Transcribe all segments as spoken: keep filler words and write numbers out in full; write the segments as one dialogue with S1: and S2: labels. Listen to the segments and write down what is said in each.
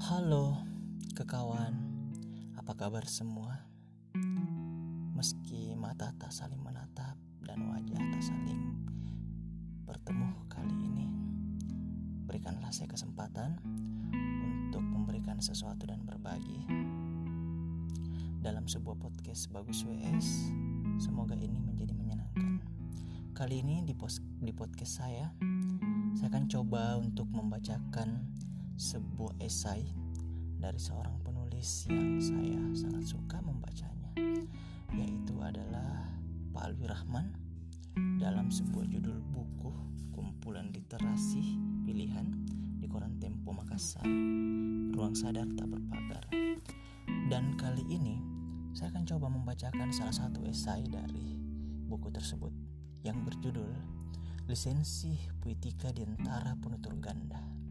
S1: Halo kekawan, apa kabar semua? Meski mata tak saling menatap dan wajah tak saling bertemu kali ini, berikanlah saya kesempatan untuk memberikan sesuatu dan berbagi dalam sebuah podcast Bagus W S. Semoga ini menjadi menyenangkan. Kali ini di, pos- di podcast saya, saya akan coba untuk membacakan sebuah esai dari seorang penulis yang saya sangat suka membacanya, yaitu adalah Pak Alwi Rahman dalam sebuah judul buku kumpulan literasi pilihan di koran Tempo Makassar, Ruang Sadar Tak Berpagar. Dan kali ini saya akan coba membacakan salah satu esai dari buku tersebut yang berjudul Lisensi Puitika di Antara Penutur Ganda.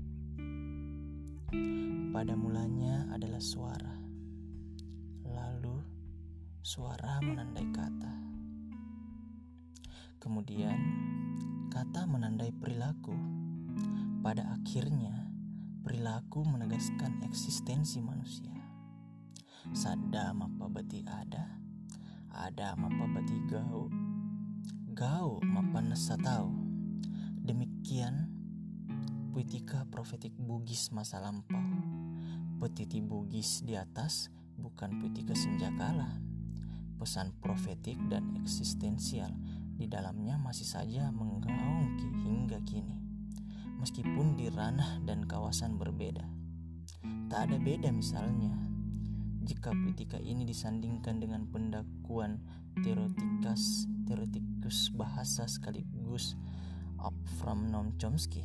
S1: Pada mulanya adalah suara, lalu suara menandai kata, kemudian kata menandai perilaku. Pada akhirnya perilaku menegaskan eksistensi manusia. Sada mapa beti ada, ada mapa beti gau, gau mapa nesa tahu. Demikian puitika profetik Bugis masa lampau. Petiti Bugis di atas bukan puitika senjakala. Pesan profetik dan eksistensial di dalamnya masih saja menggaung hingga kini, meskipun di ranah dan kawasan berbeda. Tak ada beda misalnya jika puitika ini disandingkan dengan pendakuan teoretikas teoretikus bahasa sekaligus up from Noam Chomsky.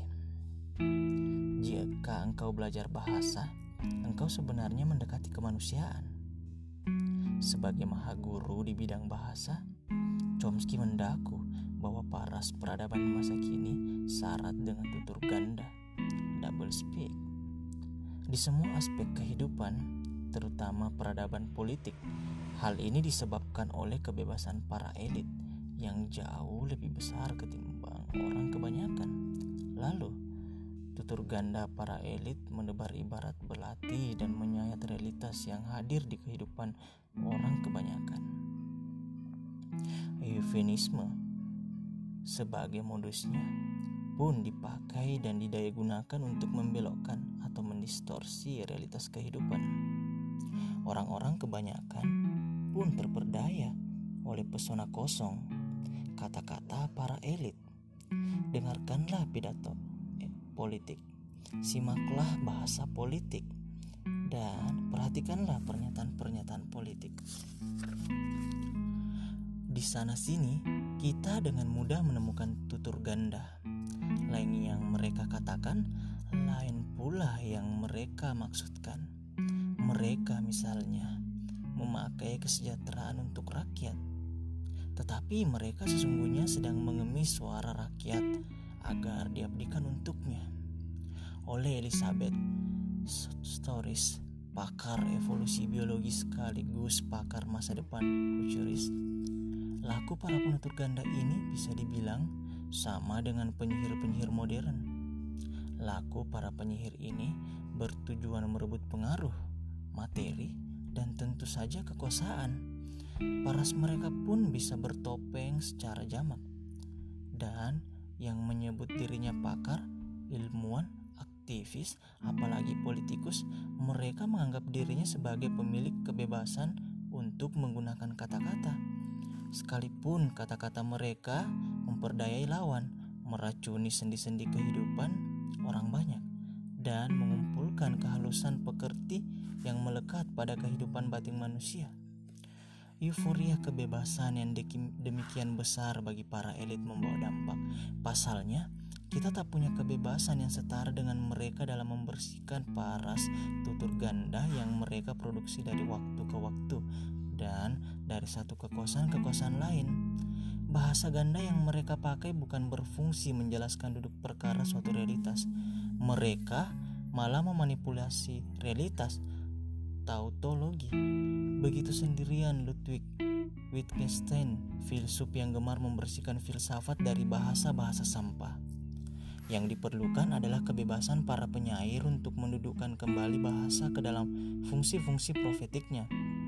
S1: Jika engkau belajar bahasa, engkau sebenarnya mendekati kemanusiaan. Sebagai maha guru di bidang bahasa, Chomsky mendaku bahwa paras peradaban masa kini syarat dengan tutur ganda, double speak. Di semua aspek kehidupan, terutama peradaban politik, hal ini disebabkan oleh kebebasan para elit yang jauh lebih besar ketimbang orang kebanyakan. Lalu, tutur ganda para elit menebar ibarat belati dan menyayat realitas yang hadir di kehidupan orang kebanyakan. Eufemisme sebagai modusnya pun dipakai dan didayagunakan untuk membelokkan atau mendistorsi realitas kehidupan. Orang-orang kebanyakan pun terperdaya oleh pesona kosong kata-kata para elit. Dengarkanlah pidato politik, simaklah bahasa politik, dan perhatikanlah pernyataan-pernyataan politik. Di sana sini kita dengan mudah menemukan tutur ganda, lain yang mereka katakan, lain pula yang mereka maksudkan. Mereka misalnya memakai kesejahteraan untuk rakyat, tetapi mereka sesungguhnya sedang mengemis suara rakyat agar diabdikan untuknya. Oleh Elizabeth Stories, pakar evolusi biologi sekaligus pakar masa depan futuris, laku para penutur ganda ini bisa dibilang sama dengan penyihir-penyihir modern. Laku para penyihir ini bertujuan merebut pengaruh, materi, dan tentu saja kekuasaan. Paras mereka pun bisa bertopeng secara jamak. Dan yang menyebut dirinya pakar, ilmuwan, aktivis, apalagi politikus, mereka menganggap dirinya sebagai pemilik kebebasan untuk menggunakan kata-kata. Sekalipun kata-kata mereka memperdayai lawan, meracuni sendi-sendi kehidupan orang banyak, dan mengumpulkan kehalusan pekerti yang melekat pada kehidupan batin manusia. Euforia kebebasan yang demikian besar bagi para elit membawa dampak. Pasalnya, kita tak punya kebebasan yang setara dengan mereka dalam membersihkan paras tutur ganda yang mereka produksi dari waktu ke waktu dan dari satu kekuasaan ke kekuasaan lain. Bahasa ganda yang mereka pakai bukan berfungsi menjelaskan duduk perkara suatu realitas. Mereka malah memanipulasi realitas, tautologi. Begitu sendirian Ludwig Wittgenstein, filsuf yang gemar membersihkan filsafat dari bahasa-bahasa sampah. Yang diperlukan adalah kebebasan para penyair untuk mendudukkan kembali bahasa ke dalam fungsi-fungsi profetiknya.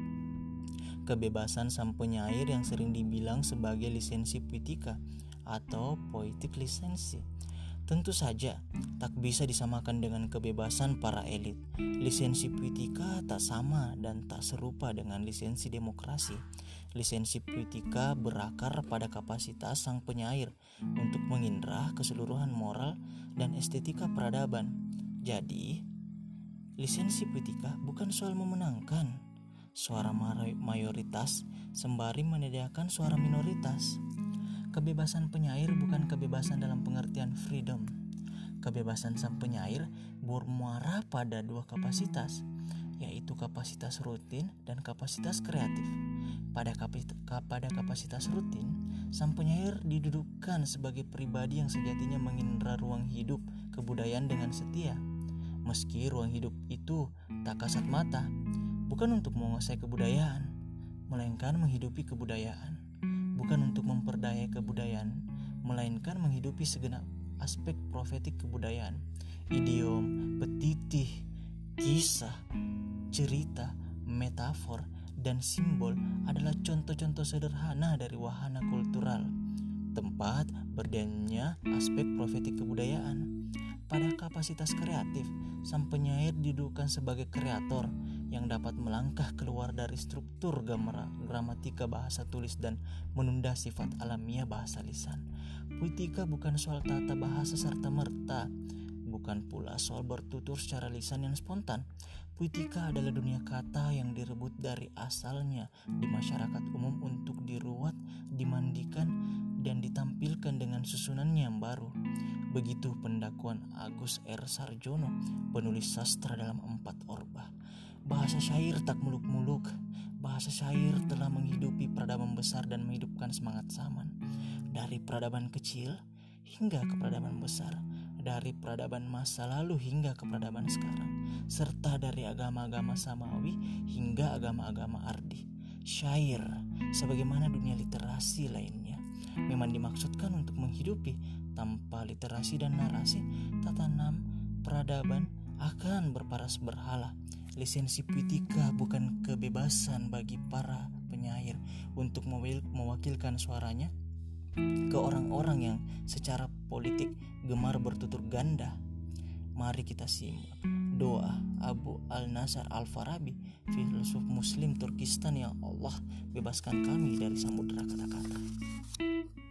S1: Kebebasan sang penyair yang sering dibilang sebagai lisensi puitika atau poetic lisensi. Tentu saja tak bisa disamakan dengan kebebasan para elit. Lisensi puitika tak sama dan tak serupa dengan lisensi demokrasi. Lisensi puitika berakar pada kapasitas sang penyair untuk mengindra keseluruhan moral dan estetika peradaban. Jadi, lisensi puitika bukan soal memenangkan suara mayoritas sembari menyediakan suara minoritas. Kebebasan penyair bukan kebebasan dalam pengertian freedom. Kebebasan sang penyair bermuara pada dua kapasitas, yaitu kapasitas rutin dan kapasitas kreatif. Pada, kapit- pada kapasitas rutin, sang penyair didudukkan sebagai pribadi yang sejatinya mengindra ruang hidup kebudayaan dengan setia. Meski ruang hidup itu tak kasat mata, bukan untuk menguasai kebudayaan, melainkan menghidupi kebudayaan. Bukan untuk memperdayai kebudayaan, melainkan menghidupi segenap aspek profetik kebudayaan. Idiom, petitih, kisah, cerita, metafor, dan simbol adalah contoh-contoh sederhana dari wahana kultural, tempat berdirinya aspek profetik kebudayaan. Pada kapasitas kreatif, sang penyair didudukkan sebagai kreator yang dapat melangkah keluar dari struktur gamara, gramatika bahasa tulis dan menunda sifat alamiah bahasa lisan. Puitika bukan soal tata bahasa serta merta, bukan pula soal bertutur secara lisan yang spontan. Puitika adalah dunia kata yang direbut dari asalnya di masyarakat umum untuk diruat, dimandikan, dan ditampilkan dengan susunannya yang baru. Begitu pendakuan Agus R. Sarjono, penulis sastra dalam Empat Orba. Bahasa syair tak muluk-muluk. Bahasa syair telah menghidupi peradaban besar dan menghidupkan semangat zaman. Dari peradaban kecil hingga ke peradaban besar. Dari peradaban masa lalu hingga ke peradaban sekarang. Serta dari agama-agama samawi hingga agama-agama ardi. Syair, sebagaimana dunia literasi lainnya, memang dimaksudkan untuk menghidupi. Tanpa literasi dan narasi, tatanam peradaban akan berparas berhala. Lisensi puitika bukan kebebasan bagi para penyair untuk mewakilkan suaranya ke orang-orang yang secara politik gemar bertutur ganda. Mari kita simak doa Abu Al-Nasar Al-Farabi, filsuf muslim Turkistan. Ya Allah, bebaskan kami dari samudera kata-kata.